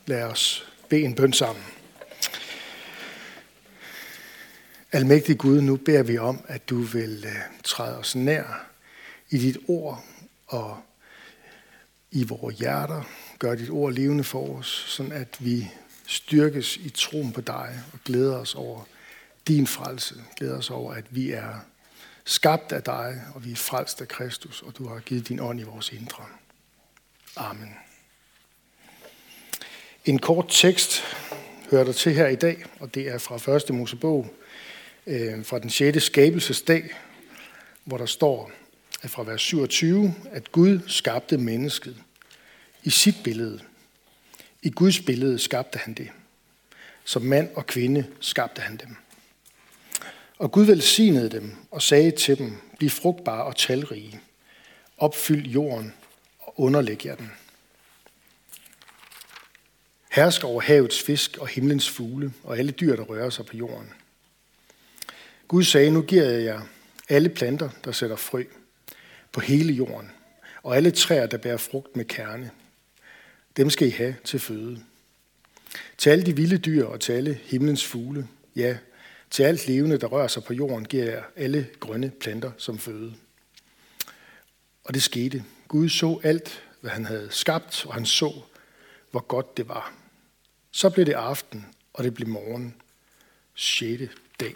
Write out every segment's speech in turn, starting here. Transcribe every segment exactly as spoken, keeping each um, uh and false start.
Lad os bede en bøn sammen. Almægtige Gud, nu beder vi om, at du vil træde os nær i dit ord og i vores hjerter. Gør dit ord levende for os, sådan at vi styrkes i troen på dig og glæder os over din frelse. Glæder os over, at vi er skabt af dig, og vi er frelst af Kristus, og du har givet din ånd i vores indre. Amen. En kort tekst hører der til her i dag, og det er fra første Mosebog, øh, fra den sjette skabelsesdag, hvor der står fra vers syvogtyve, at Gud skabte mennesket i sit billede. I Guds billede skabte han det. Som mand og kvinde skabte han dem. Og Gud velsignede dem og sagde til dem, bliv frugtbare og talrige, opfyld jorden og underlæg jer den. Hersk over havets fisk og himlens fugle og alle dyr, der rører sig på jorden. Gud sagde, nu giver jeg jer alle planter, der sætter frø på hele jorden, og alle træer, der bærer frugt med kerne. Dem skal I have til føde. Til alle de vilde dyr og til alle himlens fugle, ja, til alt levende, der rører sig på jorden, giver jeg alle grønne planter som føde. Og det skete. Gud så alt, hvad han havde skabt, og han så, hvor godt det var. Så blev det aften, og det blev morgen, sjette dag.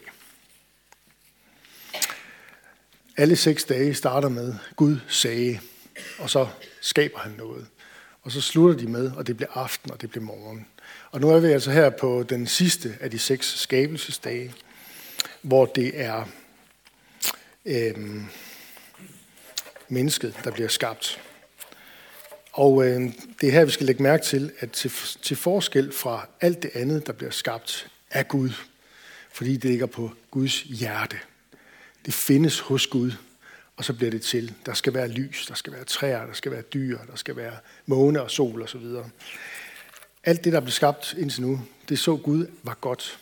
Alle seks dage starter med, Gud sagde, og så skaber han noget. Og så slutter de med, og det blev aften, og det blev morgen. Og nu er vi altså her på den sidste af de seks skabelsesdage, hvor det er øh, mennesket, der bliver skabt. Og øh, det er her, vi skal lægge mærke til, at til, til forskel fra alt det andet, der bliver skabt af Gud, fordi det ligger på Guds hjerte. Det findes hos Gud, og så bliver det til. Der skal være lys, der skal være træer, der skal være dyr, der skal være måne og sol osv. Alt det, der blev skabt indtil nu, det så Gud var godt.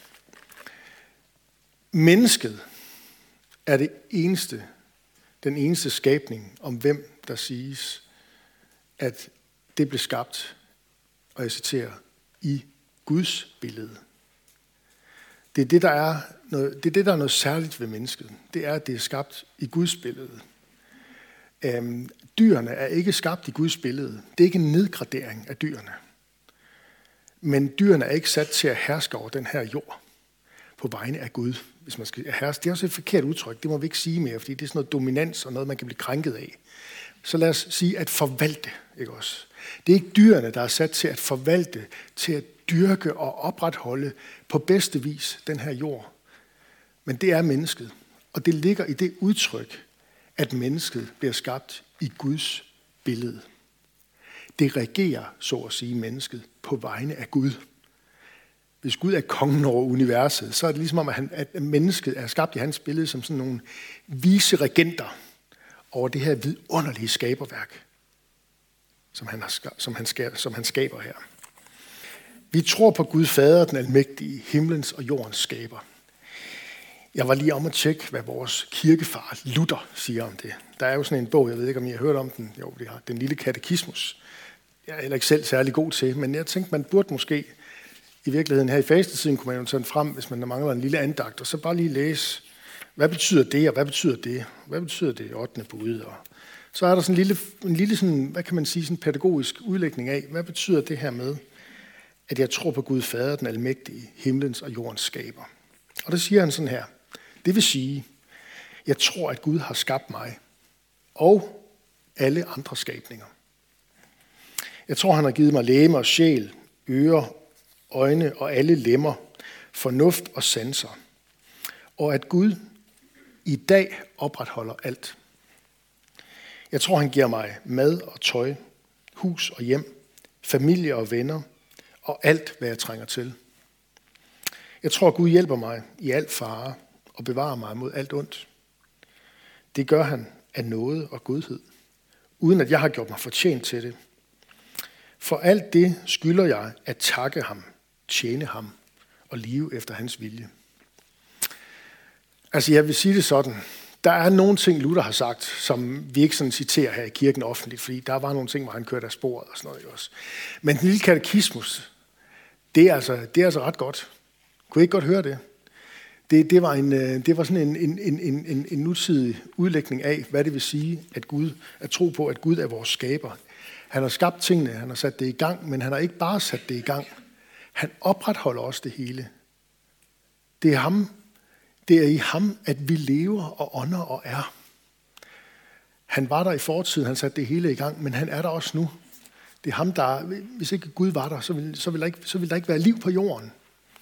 Mennesket er det eneste, den eneste skabning, om hvem der siges, at det blev skabt, og jeg citerer, i Guds billede. Det er det, der er noget, det er det, der er noget særligt ved mennesket. Det er, at det er skabt i Guds billede. Øhm, dyrene er ikke skabt i Guds billede. Det er ikke en nedgradering af dyrene. Men dyrene er ikke sat til at herske over den her jord på vegne af Gud. Hvis man skal herske. Det er også et forkert udtryk. Det må vi ikke sige mere, fordi det er sådan noget dominans og noget, man kan blive krænket af. Så lad os sige at forvalte, ikke også? Det er ikke dyrene, der er sat til at forvalte, til at dyrke og opretholde på bedste vis den her jord. Men det er mennesket. Og det ligger i det udtryk, at mennesket bliver skabt i Guds billede. Det regerer, så at sige, mennesket på vegne af Gud. Hvis Gud er kongen over universet, så er det ligesom om, at, han, at mennesket er skabt i hans billede som sådan nogle vise regenter over det her vidunderlige skaberværk, som han, har, som han, skaber, som han skaber her. Vi tror på Gud Fader, den almægtige, himlens og jordens skaber. Jeg var lige om at tjekke, hvad vores kirkefar Luther siger om det. Der er jo sådan en bog, jeg ved ikke, om I har hørt om den. Jo, det har Den lille katekismus. Jeg er heller ikke selv særlig god til, men jeg tænkte, man burde måske i virkeligheden her i fastetiden, kunne man jo tage den frem, hvis man mangler en lille andagt, og så bare lige læse, hvad betyder det, og hvad betyder det? Hvad betyder det ottende bud? Og så er der sådan en lille, en lille sådan, hvad kan man sige, sådan pædagogisk udlægning af, hvad betyder det her med, at jeg tror på Gud Fader, den almægtige, himlens og jordens skaber. Og der siger han sådan her, det vil sige, jeg tror, at Gud har skabt mig og alle andre skabninger. Jeg tror, han har givet mig legeme og sjæl, ører, øjne og alle lemmer, fornuft og sanser. Og at Gud i dag opretholder alt. Jeg tror, han giver mig mad og tøj, hus og hjem, familie og venner, og alt, hvad jeg trænger til. Jeg tror, Gud hjælper mig i al fare og bevarer mig mod alt ondt. Det gør han af nåde og godhed, uden at jeg har gjort mig fortjent til det. For alt det skylder jeg at takke ham, tjene ham og leve efter hans vilje. Altså jeg vil sige det sådan, der er nogle ting, Luther har sagt, som vi ikke sådan citerer her i kirken offentligt, fordi der var nogle ting, hvor han kørte af sporet og sådan noget. Også. Men den lille katekismus, Det er altså, det er altså ret godt. Kunne I ikke godt høre det? Det, det, var, en, det var sådan en, en, en, en, en nutidig udlægning af, hvad det vil sige at, Gud, at tro på, at Gud er vores skaber. Han har skabt tingene, han har sat det i gang, men han har ikke bare sat det i gang. Han opretholder også det hele. Det er ham. Det er i ham, at vi lever og ånder og er. Han var der i fortiden, han satte det hele i gang, men han er der også nu. Det er ham, der, hvis ikke Gud var der, så ville, så ville, der, ikke, så ville der ikke være liv på jorden.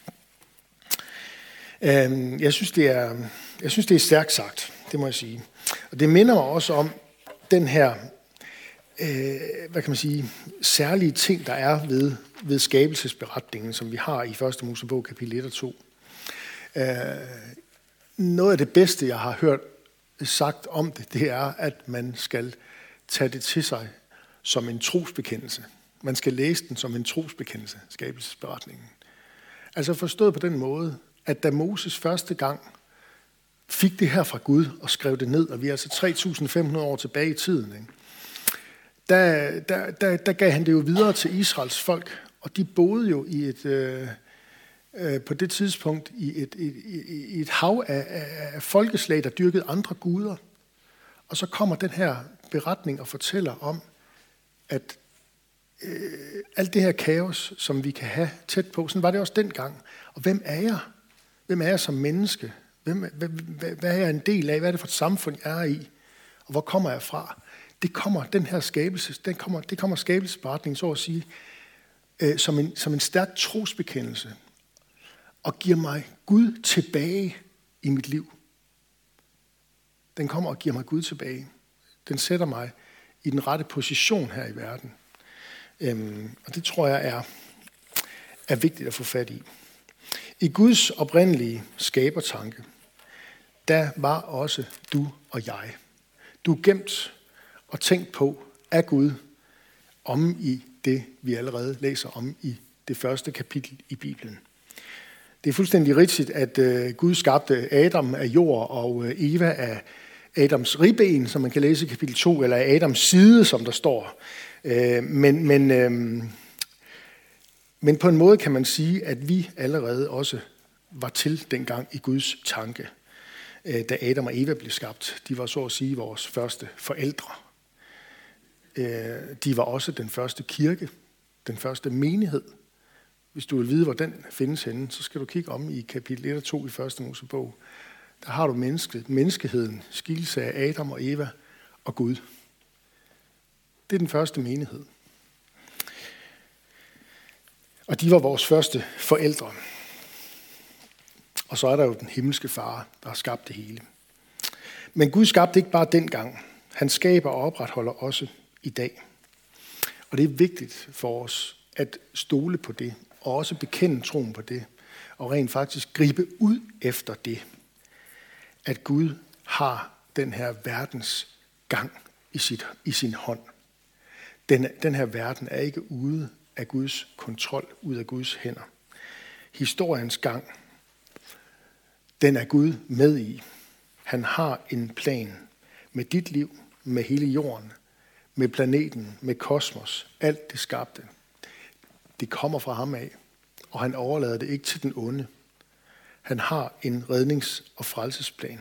Jeg synes, det er, jeg synes, det er stærkt sagt, det må jeg sige. Og det minder mig også om den her, øh, hvad kan man sige, særlige ting, der er ved, ved skabelsesberetningen, som vi har i første Mosebog, kapitel et og to. Øh, noget af det bedste, jeg har hørt sagt om det, det er, at man skal tage det til sig som en trosbekendelse. Man skal læse den som en trosbekendelse, skabelsesberetningen. Altså forstået på den måde, at da Moses første gang fik det her fra Gud og skrev det ned, og vi er altså tre tusind fem hundrede år tilbage i tiden, ikke? Der, der, der, der gav han det jo videre til Israels folk, og de boede jo i et, øh, øh, på det tidspunkt i et, i, i et hav af, af folkeslag, der dyrkede andre guder. Og så kommer den her beretning og fortæller om, at øh, alt det her kaos, som vi kan have tæt på, sådan var det også dengang. Og hvem er jeg? Hvem er jeg som menneske? Hvem, hvad, hvad, hvad er jeg en del af? Hvad er det for et samfund, jeg er i? Og hvor kommer jeg fra? Det kommer, den her skabelse, den kommer, det kommer skabelsesberetningen, så at sige, øh, som, en, som en stærk trosbekendelse, og giver mig Gud tilbage i mit liv. Den kommer og giver mig Gud tilbage. Den sætter mig i den rette position her i verden. Øhm, og det tror jeg er, er vigtigt at få fat i. I Guds oprindelige skabertanke, der var også du og jeg. Du er gemt og tænkt på af Gud om i det, vi allerede læser om i det første kapitel i Bibelen. Det er fuldstændig rigtigt, at øh, Gud skabte Adam af jord og øh, Eva af Adams ribben, som man kan læse i kapitel to, eller af Adams side, som der står. Øh, men, men, øh, men på en måde kan man sige, at vi allerede også var til dengang i Guds tanke, øh, da Adam og Eva blev skabt. De var så at sige vores første forældre. Øh, de var også den første kirke, den første menighed. Hvis du vil vide, hvor den findes henne, så skal du kigge om i kapitel et og to i første Mosebog. Der har du mennesket, menneskeheden, skikkelse af Adam og Eva og Gud. Det er den første menighed. Og de var vores første forældre. Og så er der jo den himmelske far, der har skabt det hele. Men Gud skabte ikke bare dengang. Han skaber og opretholder også i dag. Og det er vigtigt for os at stole på det, og også bekende troen på det, og rent faktisk gribe ud efter det, at Gud har den her verdens gang i, sit, i sin hånd. Den, den her verden er ikke ude af Guds kontrol, ud af Guds hænder. Historiens gang, den er Gud med i. Han har en plan med dit liv, med hele jorden, med planeten, med kosmos, alt det skabte. Det kommer fra ham af, og han overlader det ikke til den onde. Han har en rednings- og frelsesplan.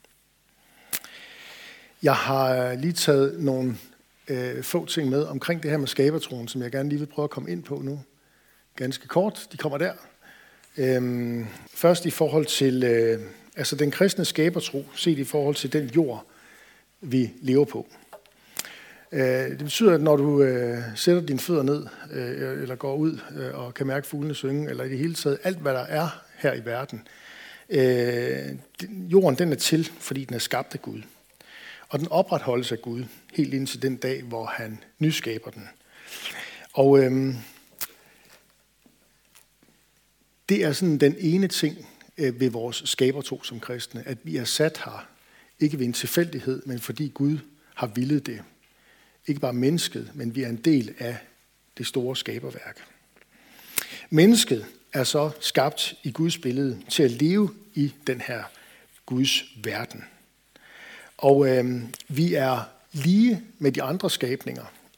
Jeg har lige taget nogle øh, få ting med omkring det her med skabertroen, som jeg gerne lige vil prøve at komme ind på nu. Ganske kort, de kommer der. Øhm, først i forhold til øh, altså den kristne skabertro, set i forhold til den jord, vi lever på. Øh, det betyder, at når du øh, sætter dine fødder ned, øh, eller går ud øh, og kan mærke fuglene synge, eller i det hele taget alt, hvad der er her i verden, øh, jorden den er til, fordi den er skabt af Gud. Og den opretholdes af Gud, helt indtil den dag, hvor han nyskaber den. Og øh, det er sådan den ene ting øh, ved vores skabertro som kristne, at vi er sat her, ikke ved en tilfældighed, men fordi Gud har villet det. Ikke bare mennesket, men vi er en del af det store skaberværk. Mennesket er så skabt i Guds billede til at leve i den her Guds verden. Og øh, vi er lige med de andre skabninger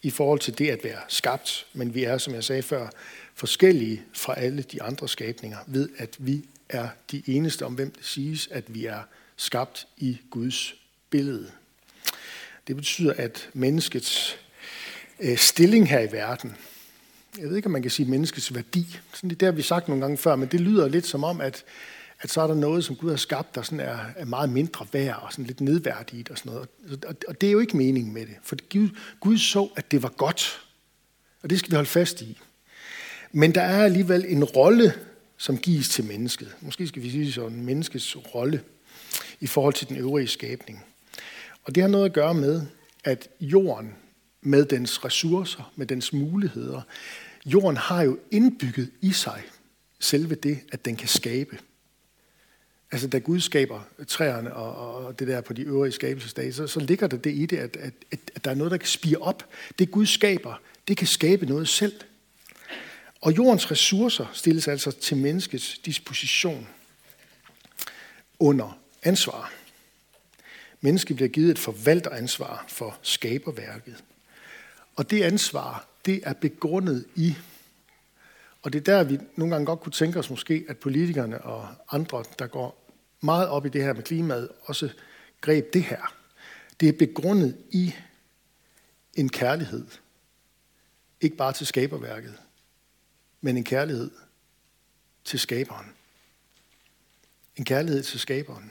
i forhold til det at være skabt, men vi er, som jeg sagde før, forskellige fra alle de andre skabninger, ved at vi er de eneste, om hvem det siges, at vi er skabt i Guds billede. Det betyder, at menneskets øh, stilling her i verden, jeg ved ikke, om man kan sige menneskets værdi, sådan det har vi sagt nogle gange før, men det lyder lidt som om, at, at så er der noget, som Gud har skabt, der sådan er, er meget mindre værd og sådan lidt nedværdigt og sådan noget. Og, og det er jo ikke meningen med det, for Gud, Gud så, at det var godt, og det skal vi holde fast i. Men der er alligevel en rolle, som gives til mennesket. Måske skal vi sige sådan, menneskets rolle i forhold til den øvrige skabning. Og det har noget at gøre med, at jorden med dens ressourcer, med dens muligheder, jorden har jo indbygget i sig selve det, at den kan skabe. Altså da Gud skaber træerne og, og det der på de øvrige skabelsesdage, så, så ligger der det i det, at, at, at der er noget, der kan spire op. Det Gud skaber, det kan skabe noget selv. Og jordens ressourcer stilles altså til menneskets disposition under ansvar. Mennesket bliver givet et forvalteransvar for skaberværket. Og det ansvar, det er begrundet i, og det er der, vi nogle gange godt kunne tænke os måske, at politikerne og andre, der går meget op i det her med klimaet, også greb det her. Det er begrundet i en kærlighed. Ikke bare til skaberværket, men en kærlighed til skaberen. En kærlighed til skaberen.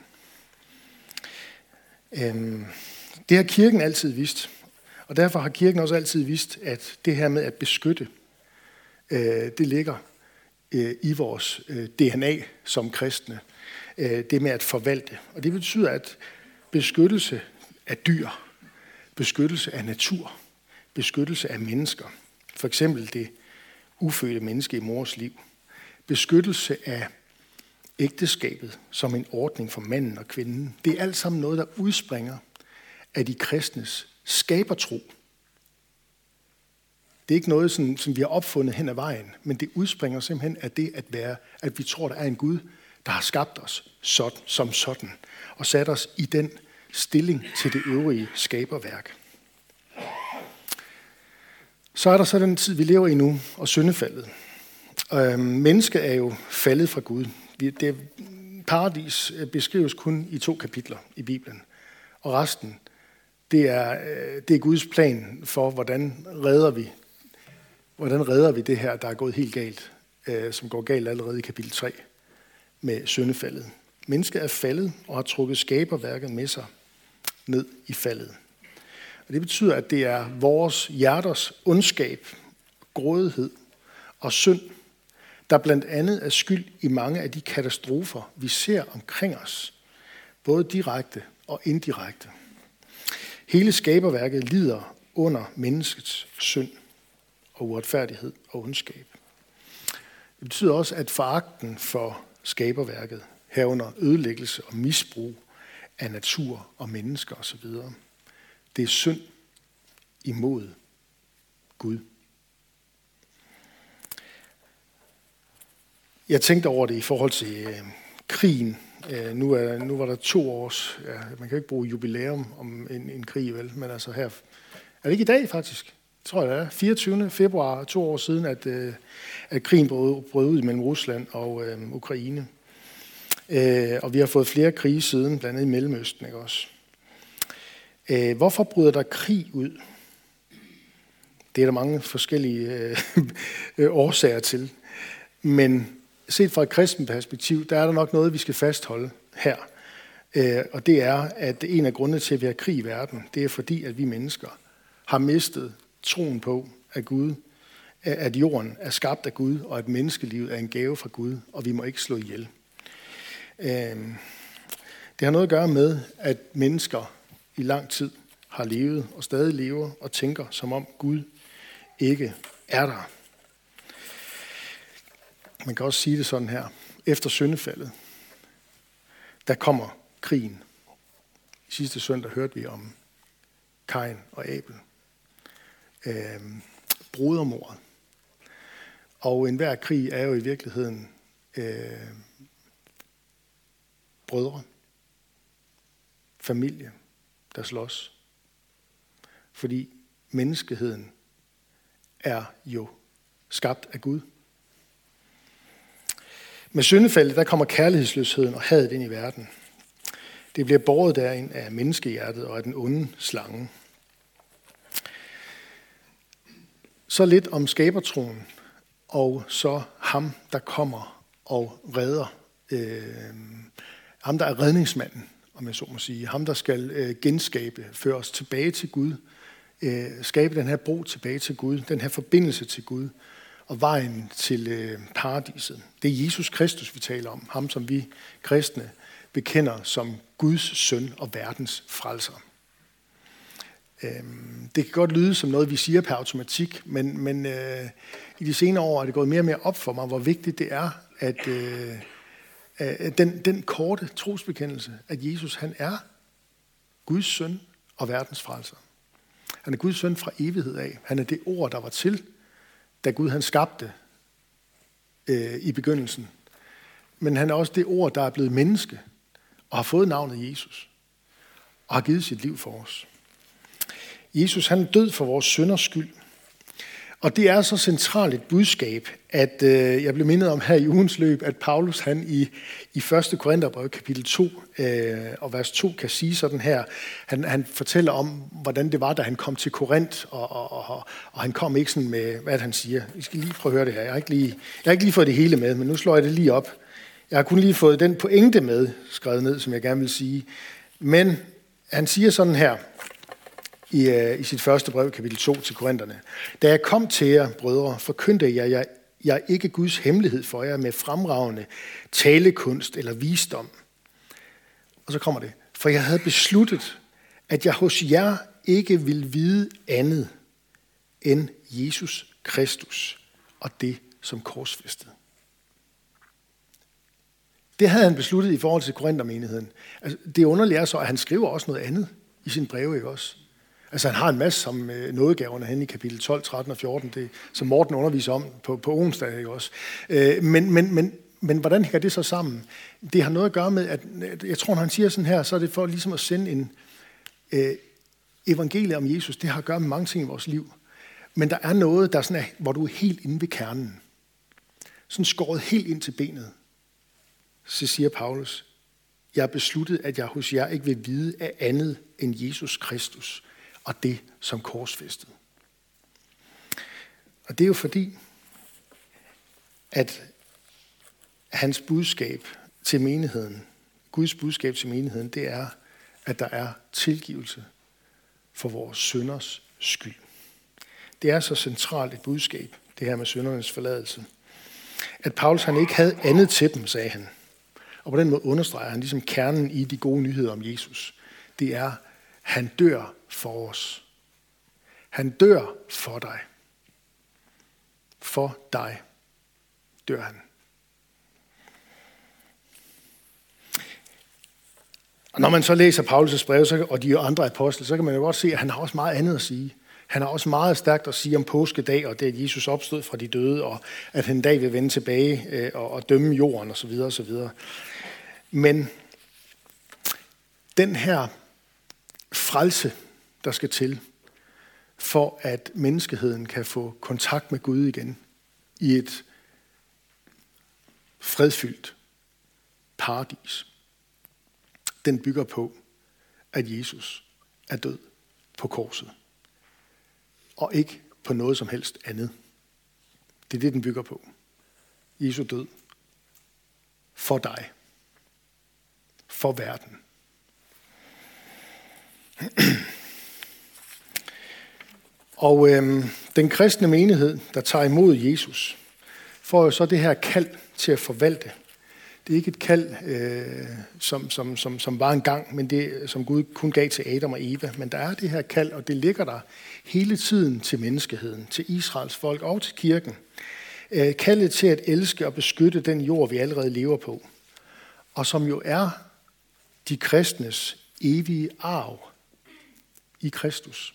Øhm, det har kirken altid vidst. Og derfor har kirken også altid vidst, at det her med at beskytte, øh, det ligger øh, i vores øh, D N A som kristne. Øh, det med at forvalte. Og det betyder, at beskyttelse af dyr, beskyttelse af natur, beskyttelse af mennesker, for eksempel det ufødte menneske i mors liv, beskyttelse af ægteskabet som en ordning for manden og kvinden, det er alt sammen noget, der udspringer af de kristnes skabertro. Det er ikke noget, som, som vi har opfundet hen ad vejen, men det udspringer simpelthen af det at være, at vi tror, der er en Gud, der har skabt os sådan, som sådan, og sat os i den stilling til det øvrige skaberværk. Så er der så den tid, vi lever i nu, og syndefaldet. Øhm, mennesket er jo faldet fra Gud. Det paradis beskrives kun i to kapitler i Bibelen, og resten, det er, det er Guds plan for, hvordan redder vi, hvordan redder vi det her, der er gået helt galt, som går galt allerede i kapitel tre med syndefaldet. Mennesket er faldet og har trukket skaberværket med sig ned i faldet. Og det betyder, at det er vores hjerters ondskab, grådighed og synd, der blandt andet er skyld i mange af de katastrofer, vi ser omkring os, både direkte og indirekte. Hele skaberværket lider under menneskets synd og uretfærdighed og ondskab. Det betyder også, at foragten for skaberværket, herunder ødelæggelse og misbrug af natur og mennesker osv., det er synd imod Gud. Jeg tænkte over det i forhold til øh, krigen. Øh, nu, er, nu var der to års, ja, man kan jo ikke bruge jubilæum om en, en krig, vel? Men altså her, er det ikke i dag faktisk? Jeg tror, det er fireogtyvende februar, to år siden, at, øh, at krigen brød, brød ud mellem Rusland og øh, Ukraine. Øh, og vi har fået flere krige siden, blandt andet i Mellemøsten, ikke også? Øh, hvorfor bryder der krig ud? Det er der mange forskellige øh, årsager til. Men set fra et kristent perspektiv, der er der nok noget, vi skal fastholde her. Øh, og det er, at en af grundene til, at vi har krig i verden, det er fordi, at vi mennesker har mistet troen på, at Gud, at jorden er skabt af Gud, og at menneskelivet er en gave fra Gud, og vi må ikke slå ihjel. Øh, det har noget at gøre med, at mennesker i lang tid har levet og stadig lever og tænker, som om Gud ikke er der. Man kan også sige det sådan her. Efter syndefaldet, der kommer krigen. I sidste søndag hørte vi om Kain og Abel. Øh, brodermordet. Og enhver krig er jo i virkeligheden øh, brødre, familie, der slås. Fordi menneskeheden er jo skabt af Gud. Med syndefaldet, der kommer kærlighedsløsheden og hadet ind i verden. Det bliver båret derind af menneskehjertet og af den onde slange. Så lidt om skabertroen, og så ham, der kommer og redder. Øh, ham, der er redningsmanden, om jeg så må sige. Ham, der skal øh, genskabe, føre os tilbage til Gud. Øh, skabe den her bro tilbage til Gud, den her forbindelse til Gud og vejen til øh, paradiset. Det er Jesus Kristus, vi taler om. Ham, som vi kristne bekender som Guds søn og verdens frelser. Det kan godt lyde som noget, vi siger per automatik, men, men øh, i de senere år er det gået mere og mere op for mig, hvor vigtigt det er, at øh, at den, den korte trosbekendelse, at Jesus han er Guds søn og verdens frelser. Han er Guds søn fra evighed af. Han er det ord, der var til, da Gud han skabte øh, i begyndelsen. Men han er også det ord, der er blevet menneske og har fået navnet Jesus og har givet sit liv for os. Jesus han er død for vores synders skyld. Og det er så centralt et budskab, at øh, jeg blev mindet om her i ugens løb, at Paulus han i, i første Korintherbrev kapitel to øh, og vers to kan sige sådan her. Han, han fortæller om, hvordan det var, da han kom til Korinth, og, og, og, og han kom ikke sådan med, hvad han siger. I skal lige prøve at høre det her. Jeg har, ikke lige, jeg har ikke lige fået det hele med, men nu slår jeg det lige op. Jeg har kun lige fået den pointe med skrevet ned, som jeg gerne vil sige. Men han siger sådan her, I, i sit første brev, kapitel to til Korintherne. Da jeg kom til jer, brødre, forkyndte jeg, jeg, jeg ikke Guds hemmelighed for jer med fremragende talekunst eller visdom. Og så kommer det. For jeg havde besluttet, at jeg hos jer ikke ville vide andet end Jesus Kristus og det som korsfæstet. Det havde han besluttet i forhold til Korinthermenigheden. Altså, det underlige er så, at han skriver også noget andet i sin breve, ikke også? Altså han har en masse som øh, nådegaverne hen i kapitel tolv, tretten og fjorten, det, som Morten underviser om på, på onsdag, ikke også? Øh, men, men, men, men hvordan hænger det så sammen? Det har noget at gøre med, at jeg tror, når han siger sådan her, så er det for ligesom at sende en øh, evangelie om Jesus. Det har at gøre med mange ting i vores liv. Men der er noget, der sådan er, hvor du er helt inde ved kernen. Sådan skåret helt ind til benet. Så siger Paulus, jeg har besluttet, at jeg hos jer ikke vil vide af andet end Jesus Kristus og det som korsfæstet. Og det er jo fordi, at hans budskab til menigheden, Guds budskab til menigheden, det er, at der er tilgivelse for vores synders skyld. Det er så centralt et budskab, det her med syndernes forladelse, at Paulus han ikke havde andet til dem, sagde han. Og på den måde understreger han ligesom kernen i de gode nyheder om Jesus. Det er, han dør for os. Han dør for dig. For dig dør han. Og når man så læser Paulus' brev så, og de andre apostle, så kan man jo godt se, at han har også meget andet at sige. Han har også meget stærkt at sige om påskedag, og det at Jesus opstod fra de døde, og at han en dag vil vende tilbage øh, og, og dømme jorden osv. osv. Men den her frelse, der skal til, for at menneskeheden kan få kontakt med Gud igen i et fredfyldt paradis, den bygger på, at Jesus er død på korset. Og ikke på noget som helst andet. Det er det, den bygger på. Jesu død for dig. For verden. Og øhm, den kristne menighed, der tager imod Jesus, får jo så det her kald til at forvalte. Det er ikke et kald, øh, som, som, som, som var en gang, men det, som Gud kun gav til Adam og Eva. Men der er det her kald, og det ligger der hele tiden til menneskeheden, til Israels folk og til kirken. Øh, kaldet til at elske og beskytte den jord, vi allerede lever på. Og som jo er de kristnes evige arv i Kristus.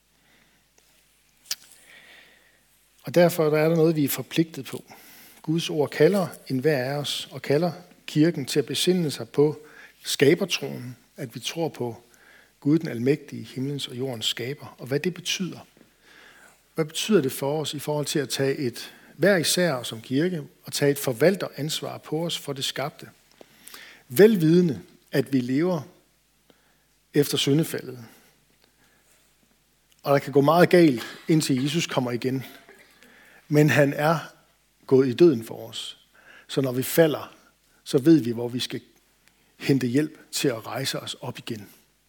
Og derfor der er der noget, vi er forpligtet på. Guds ord kalder enhver af os, og kalder kirken til at besinde sig på skabertroen, at vi tror på Gud den almægtige, himlens og jordens skaber, og hvad det betyder. Hvad betyder det for os i forhold til at tage et hver især som kirke og tage et forvalteransvar på os for det skabte? Velvidende, at vi lever efter syndefaldet. Og der kan gå meget galt, indtil Jesus kommer igen. Men han er gået i døden for os. Så når vi falder, så ved vi, hvor vi skal hente hjælp til at rejse os op igen.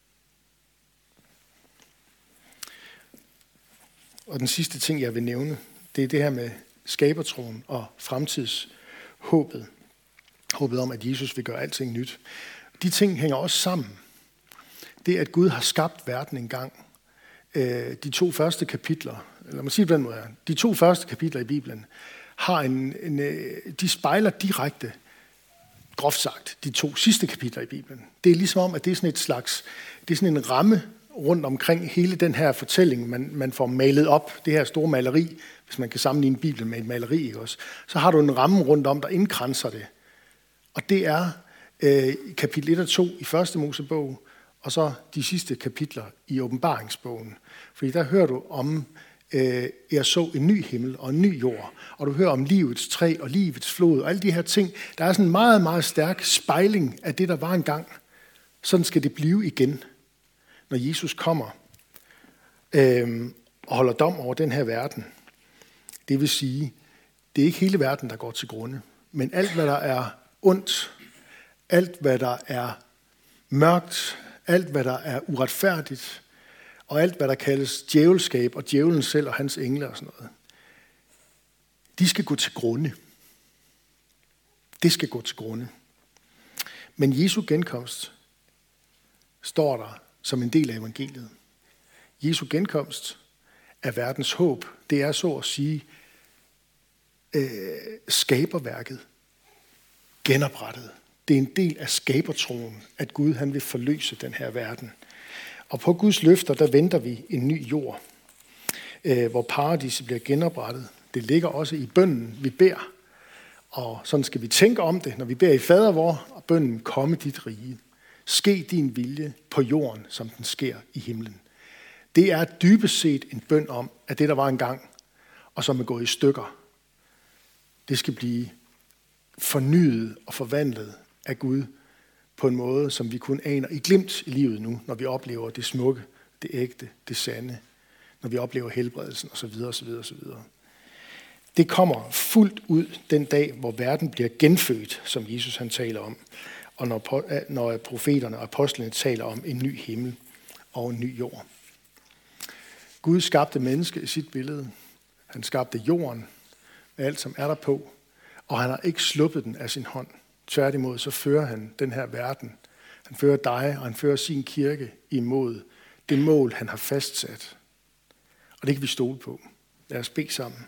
Og den sidste ting, jeg vil nævne, det er det her med skabertroen og fremtidshåbet. Håbet om, at Jesus vil gøre alting nyt. De ting hænger også sammen. Det, at Gud har skabt verden engang. De to første kapitler, eller man siger på den måde, de to første kapitler i Bibelen, har en, en, de spejler direkte, groft sagt, de to sidste kapitler i Bibelen. Det er ligesom om, at det er sådan et slags, det er sådan en ramme rundt omkring hele den her fortælling, man, man får malet op, det her store maleri, hvis man kan sammenligne Bibelen med et maleri, ikke også? Så har du en ramme rundt om, der indkranser det. Og det er øh, kapitel et og to i første Mosebog, og så de sidste kapitler i åbenbaringsbogen. Fordi der hører du om, øh, jeg så en ny himmel og en ny jord, og du hører om livets træ og livets flod, og alle de her ting. Der er sådan en meget, meget stærk spejling af det, der var engang. Sådan skal det blive igen, når Jesus kommer øh, og holder dom over den her verden. Det vil sige, det er ikke hele verden, der går til grunde, men alt, hvad der er ondt, alt, hvad der er mørkt, alt, hvad der er uretfærdigt, og alt, hvad der kaldes djævelskab og djævelen selv og hans engle og sådan noget, de skal gå til grunde. Det skal gå til grunde. Men Jesu genkomst står der som en del af evangeliet. Jesu genkomst er verdens håb. Det er så at sige øh, skaberværket genoprettet. Det er en del af skabertroen, at Gud han vil forløse den her verden. Og på Guds løfter, der venter vi en ny jord, øh, hvor paradiset bliver genoprettet. Det ligger også i bønnen, vi beder. Og sådan skal vi tænke om det, når vi beder i Fader vor, og bønnen komme dit rige. Ske din vilje på jorden, som den sker i himlen. Det er dybest set en bøn om, at det, der var engang, og som er gået i stykker, det skal blive fornyet og forvandlet af Gud på en måde, som vi kun aner i glimt i livet nu, når vi oplever det smukke, det ægte, det sande, når vi oplever helbredelsen osv. osv., osv. Det kommer fuldt ud den dag, hvor verden bliver genfødt, som Jesus han taler om, og når, når profeterne og apostlene taler om en ny himmel og en ny jord. Gud skabte mennesket i sit billede. Han skabte jorden med alt, som er der på, og han har ikke sluppet den af sin hånd. Tværtimod, så fører han den her verden. Han fører dig, og han fører sin kirke imod det mål, han har fastsat. Og det kan vi stole på. Lad os bede sammen.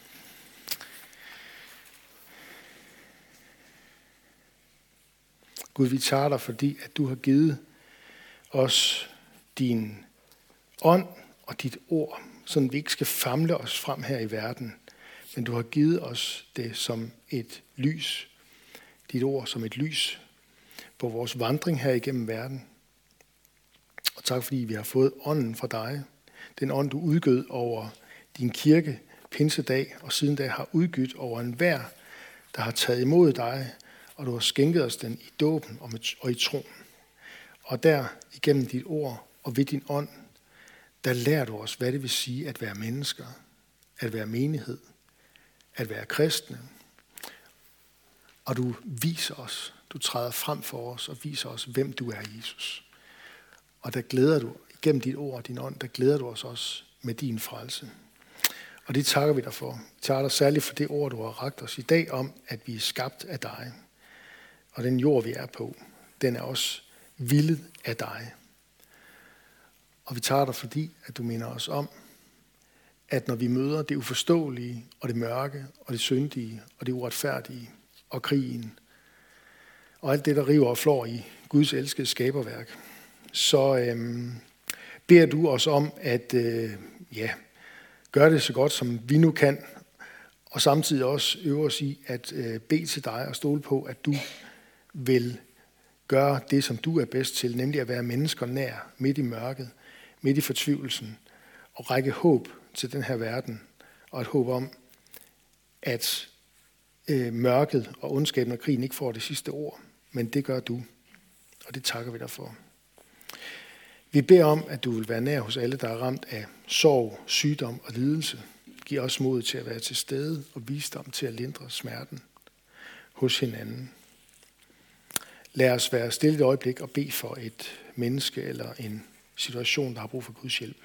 Gud, vi tager dig, fordi at du har givet os din ånd og dit ord, så vi ikke skal famle os frem her i verden, men du har givet os det som et lys, dit ord som et lys på vores vandring her igennem verden. Og tak, fordi vi har fået ånden fra dig, den ånd, du udgød over din kirke pinsedag, og siden da har udgydt over enhver, der har taget imod dig, og du har skænket os den i dåben og i troen. Og der igennem dit ord og ved din ånd, der lærer du os, hvad det vil sige at være mennesker, at være menighed, at være kristne. Og du viser os, du træder frem for os og viser os, hvem du er, Jesus. Og der glæder du, igennem dit ord og din ånd, der glæder du os også med din frelse. Og det takker vi dig for. Vi takker dig særligt for det ord, du har rakt os i dag om, at vi er skabt af dig. Og den jord, vi er på, den er også villet af dig. Og vi takker dig, fordi at du minder os om, at når vi møder det uforståelige, og det mørke, og det syndige, og det uretfærdige, og krigen, og alt det, der river og flår i Guds elskede skaberværk, så øhm, beder du os om at øh, ja, gøre det så godt, som vi nu kan, og samtidig også øve os i at øh, bede til dig og stole på, at du vil gøre det, som du er bedst til, nemlig at være mennesker nær, midt i mørket, midt i fortvivlelsen, og række håb til den her verden, og et håb om, at øh, mørket og ondskaben og krigen ikke får det sidste ord, men det gør du, og det takker vi dig for. Vi beder om, at du vil være nær hos alle, der er ramt af sorg, sygdom og lidelse. Giv os mod til at være til stede og visdom til at lindre smerten hos hinanden. Lad os være stille et øjeblik og bede for et menneske eller en situation, der har brug for Guds hjælp.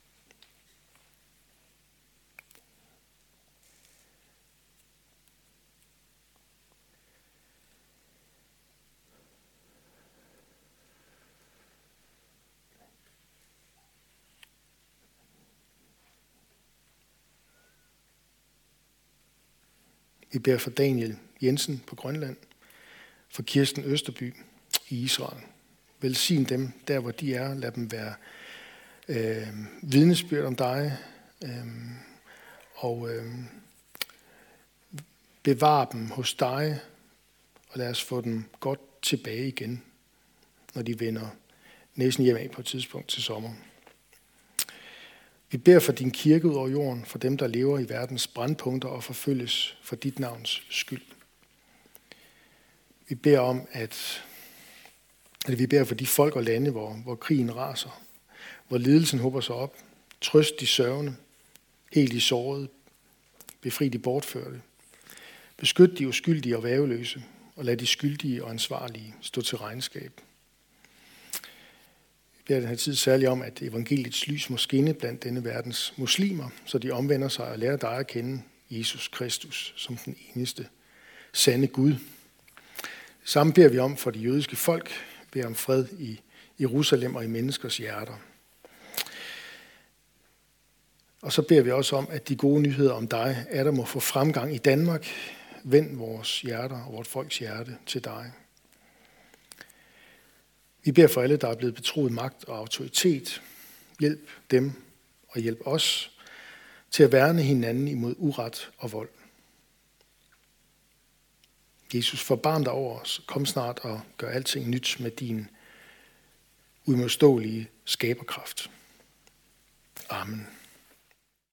Vi beder for Daniel Jensen på Grønland, for Kirsten Østerby i Israel. Velsign dem der, hvor de er. Lad dem være øh, vidnesbyrd om dig, øh, og øh, bevar dem hos dig, og lad os få dem godt tilbage igen, når de vender næsen hjem af på et tidspunkt til sommer. Vi beder for din kirke ud over jorden, for dem, der lever i verdens brandpunkter og forfølges for dit navns skyld. Vi beder om, at, at vi beder for de folk og lande, hvor, hvor krigen raser, hvor lidelsen hopper sig op. Trøst de sørgende, helt de sårede, befri de bortførte. Beskyt de uskyldige og væveløse, og lad de skyldige og ansvarlige stå til regnskab. Vi beder den her tid særligt om, at evangeliets lys må skinne blandt denne verdens muslimer, så de omvender sig og lærer dig at kende Jesus Kristus som den eneste sande Gud. Sammen beder vi om for de jødiske folk, beder om fred i Jerusalem og i menneskers hjerter. Og så beder vi også om, at de gode nyheder om dig, er der må få fremgang i Danmark. Vend vores hjerter og vores folks hjerte til dig. Vi beder for alle, der er blevet betroet magt og autoritet. Hjælp dem og hjælp os til at værne hinanden imod uret og vold. Jesus, forbarm dig over os. Kom snart og gør alting nyt med din uimodståelige skaberkraft. Amen.